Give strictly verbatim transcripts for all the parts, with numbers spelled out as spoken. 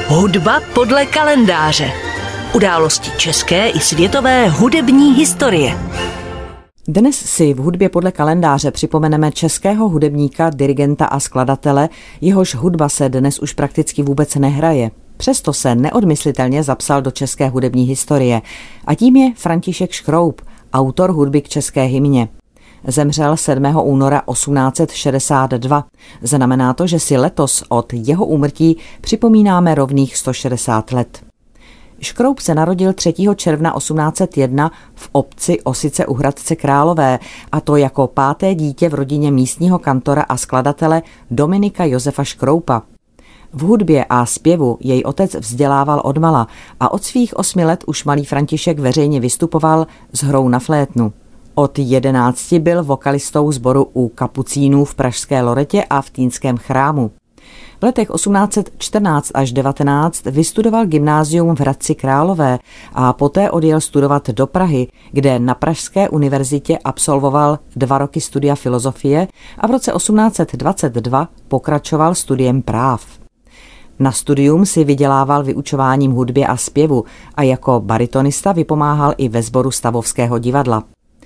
Hudba podle kalendáře. Události české i světové hudební historie. Dnes si v hudbě podle kalendáře připomeneme českého hudebníka, dirigenta a skladatele, jehož hudba se dnes už prakticky vůbec nehraje. Přesto se neodmyslitelně zapsal do české hudební historie a tím je František Škroup, autor hudby k české hymně. Zemřel sedmého února osmnáct set šedesát dva. Znamená to, že si letos od jeho úmrtí připomínáme rovných sto šedesát let. Škroup se narodil třetího června osmnáct set jedna v obci Osice u Hradce Králové, a to jako páté dítě v rodině místního kantora a skladatele Dominika Josefa Škroupa. V hudbě a zpěvu jej otec vzdělával odmala a od svých osmi let už malý František veřejně vystupoval s hrou na flétnu. Od jedenácti byl vokalistou sboru u Kapucínů v pražské Loretě a v Týnském chrámu. V letech osmnáct set čtrnáct až devatenáct vystudoval gymnázium v Hradci Králové a poté odjel studovat do Prahy, kde na Pražské univerzitě absolvoval dva roky studia filozofie a v roce osmnáct set dvacet dva pokračoval studiem práv. Na studium si vydělával vyučováním hudbě a zpěvu a jako baritonista vypomáhal i ve sboru Stavovského divadla.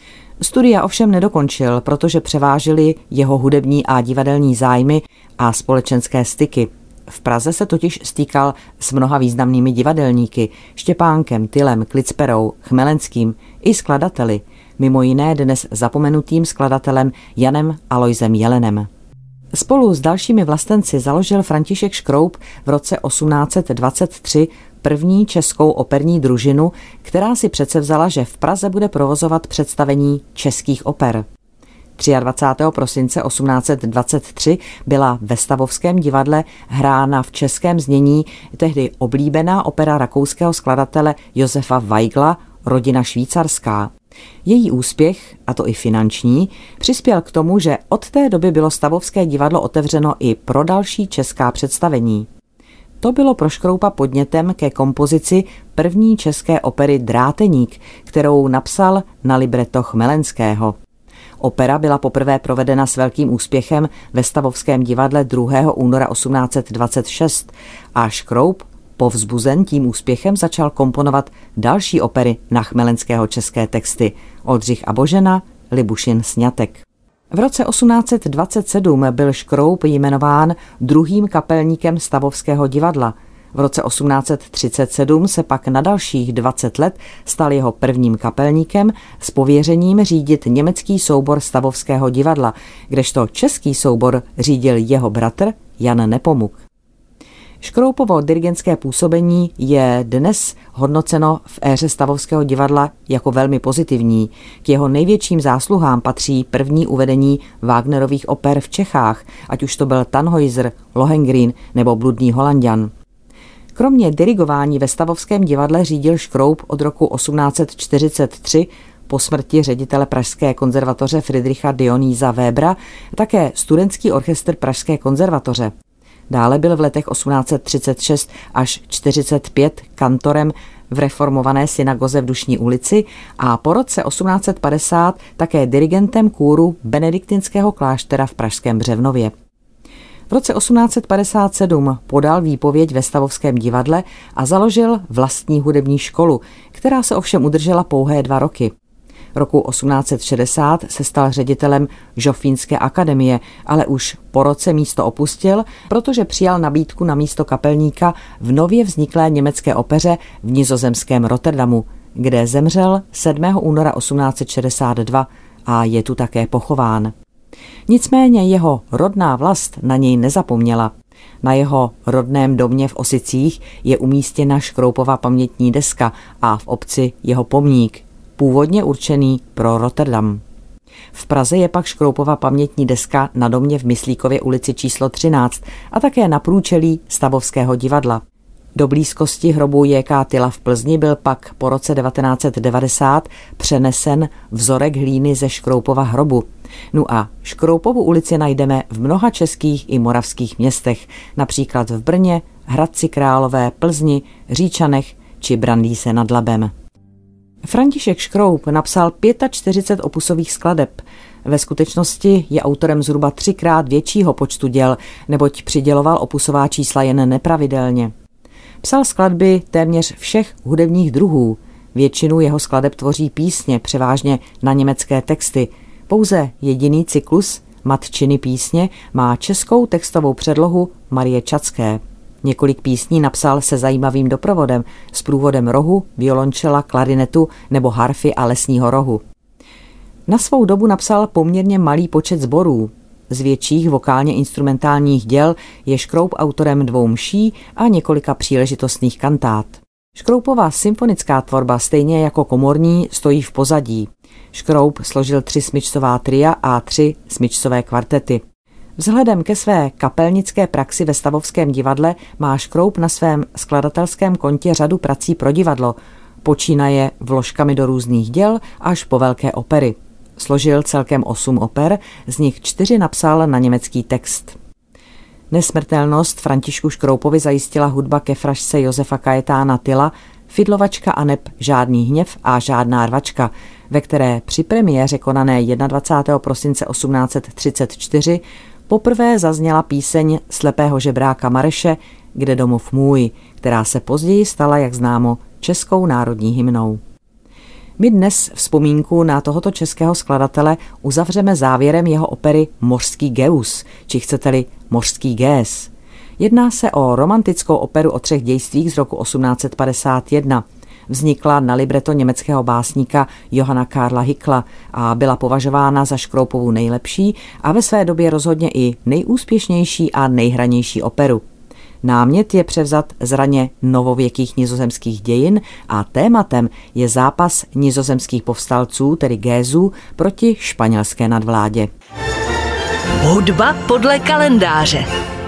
Studia ovšem nedokončil, protože převážily jeho hudební a divadelní zájmy a společenské styky. V Praze se totiž stýkal s mnoha významnými divadelníky, Štěpánkem, Tylem, Klicperou, Chmelenským i skladateli, mimo jiné dnes zapomenutým skladatelem Janem Alojzem Jelenem. Spolu s dalšími vlastenci založil František Škroup v roce osmnáct set dvacet tři první českou operní družinu, která si předsevzala, že v Praze bude provozovat představení českých oper. dvacátého třetího prosince osmnáct set dvacet tři byla ve Stavovském divadle hrána v českém znění tehdy oblíbená opera rakouského skladatele Josefa Weigla Rodina švýcarská. Její úspěch, a to i finanční, přispěl k tomu, že od té doby bylo Stavovské divadlo otevřeno i pro další česká představení. To bylo pro Škroupa podnětem ke kompozici první české opery Dráteník, kterou napsal na libreto Chmelenského. Opera byla poprvé provedena s velkým úspěchem ve Stavovském divadle druhého února osmnáct set dvacet šest a Škroup povzbuzen tím úspěchem začal komponovat další opery na Chmelenského české texty Oldřich a Božena, Libušin sňatek. V roce osmnáct set dvacet sedm byl Škroup jmenován druhým kapelníkem Stavovského divadla. V roce osmnáct set třicet sedm se pak na dalších dvacet let stal jeho prvním kapelníkem s pověřením řídit německý soubor Stavovského divadla, kdežto český soubor řídil jeho bratr Jan Nepomuk. Škroupovo dirigentské působení je dnes hodnoceno v éře Stavovského divadla jako velmi pozitivní. K jeho největším zásluhám patří první uvedení Wagnerových oper v Čechách, ať už to byl Tannhäuser, Lohengrin nebo Bludný Holanďan. Kromě dirigování ve Stavovském divadle řídil Škroup od roku osmnáct set čtyřicet tři po smrti ředitele Pražské konzervatoře Friedricha Dionýsa Webera také studentský orchestr Pražské konzervatoře. Dále byl v letech osmnáct set třicet šest až čtyřicet pět kantorem v reformované synagoze v Dušní ulici a po roce osmnáct set padesát také dirigentem kůru benediktinského kláštera v pražském Břevnově. V roce osmnáct set padesát sedm podal výpověď ve Stavovském divadle a založil vlastní hudební školu, která se ovšem udržela pouhé dva roky. Roku osmnáct set šedesát se stal ředitelem Žofínské akademie, ale už po roce místo opustil, protože přijal nabídku na místo kapelníka v nově vzniklé německé opeře v nizozemském Rotterdamu, kde zemřel sedmého února osmnáct set šedesát dva a je tu také pochován. Nicméně jeho rodná vlast na něj nezapomněla. Na jeho rodném domě v Osicích je umístěna Škroupova pamětní deska a v obci jeho pomník, původně určený pro Rotterdam. V Praze je pak Škroupova pamětní deska na domě v Myslíkově ulici číslo třináct a také na průčelí Stavovského divadla. Do blízkosti hrobu J K Tyla v Plzni byl pak po roce devatenáct set devadesát přenesen vzorek hlíny ze Škroupova hrobu. No a Škroupovu ulici najdeme v mnoha českých i moravských městech, například v Brně, Hradci Králové, Plzni, či Brandýse nad Labem. František Škroup napsal čtyřicet pět opusových skladeb. Ve skutečnosti je autorem zhruba třikrát většího počtu děl, neboť přiděloval opusová čísla jen nepravidelně. Psal skladby téměř všech hudebních druhů. Většinu jeho skladeb tvoří písně, převážně na německé texty. Pouze jediný cyklus Matčiny písně má českou textovou předlohu Marie Čacké. Několik písní napsal se zajímavým doprovodem s průvodem rohu, violončela, klarinetu nebo harfy a lesního rohu. Na svou dobu napsal poměrně malý počet sborů. Z větších vokálně instrumentálních děl je Škroup autorem dvou mší a několika příležitostných kantát. Škroupova symfonická tvorba stejně jako komorní stojí v pozadí. Škroup složil tři smyčcová tria a tři smyčcové kvartety. Vzhledem ke své kapelnické praxi ve Stavovském divadle má Škroup na svém skladatelském kontě řadu prací pro divadlo, počínaje vložkami do různých děl až po velké opery. Složil celkem osm oper, z nich čtyři napsal na německý text. Nesmrtelnost Františku Škroupovi zajistila hudba ke frašce Josefa Kajetána Tyla Fidlovačka aneb Žádný hněv a žádná rvačka, ve které při premiéře konané dvacátého prvního prosince osmnáct set třicet čtyři poprvé zazněla píseň Slepého žebráka Mareše Kde domov můj, která se později stala, jak známo, českou národní hymnou. My dnes vzpomínku na tohoto českého skladatele uzavřeme závěrem jeho opery Mořský Geus, či chcete-li Mořský Gés. Jedná se o romantickou operu o třech dějstvích z roku osmnáct set padesát jedna. Vznikla na libreto německého básníka Johanna Karla Hickla a byla považována za Škroupovu nejlepší a ve své době rozhodně i nejúspěšnější a nejhranější operu. Námět je převzat z raně novověkých nizozemských dějin a tématem je zápas nizozemských povstalců, tedy Gézů, proti španělské nadvládě. Hudba podle kalendáře.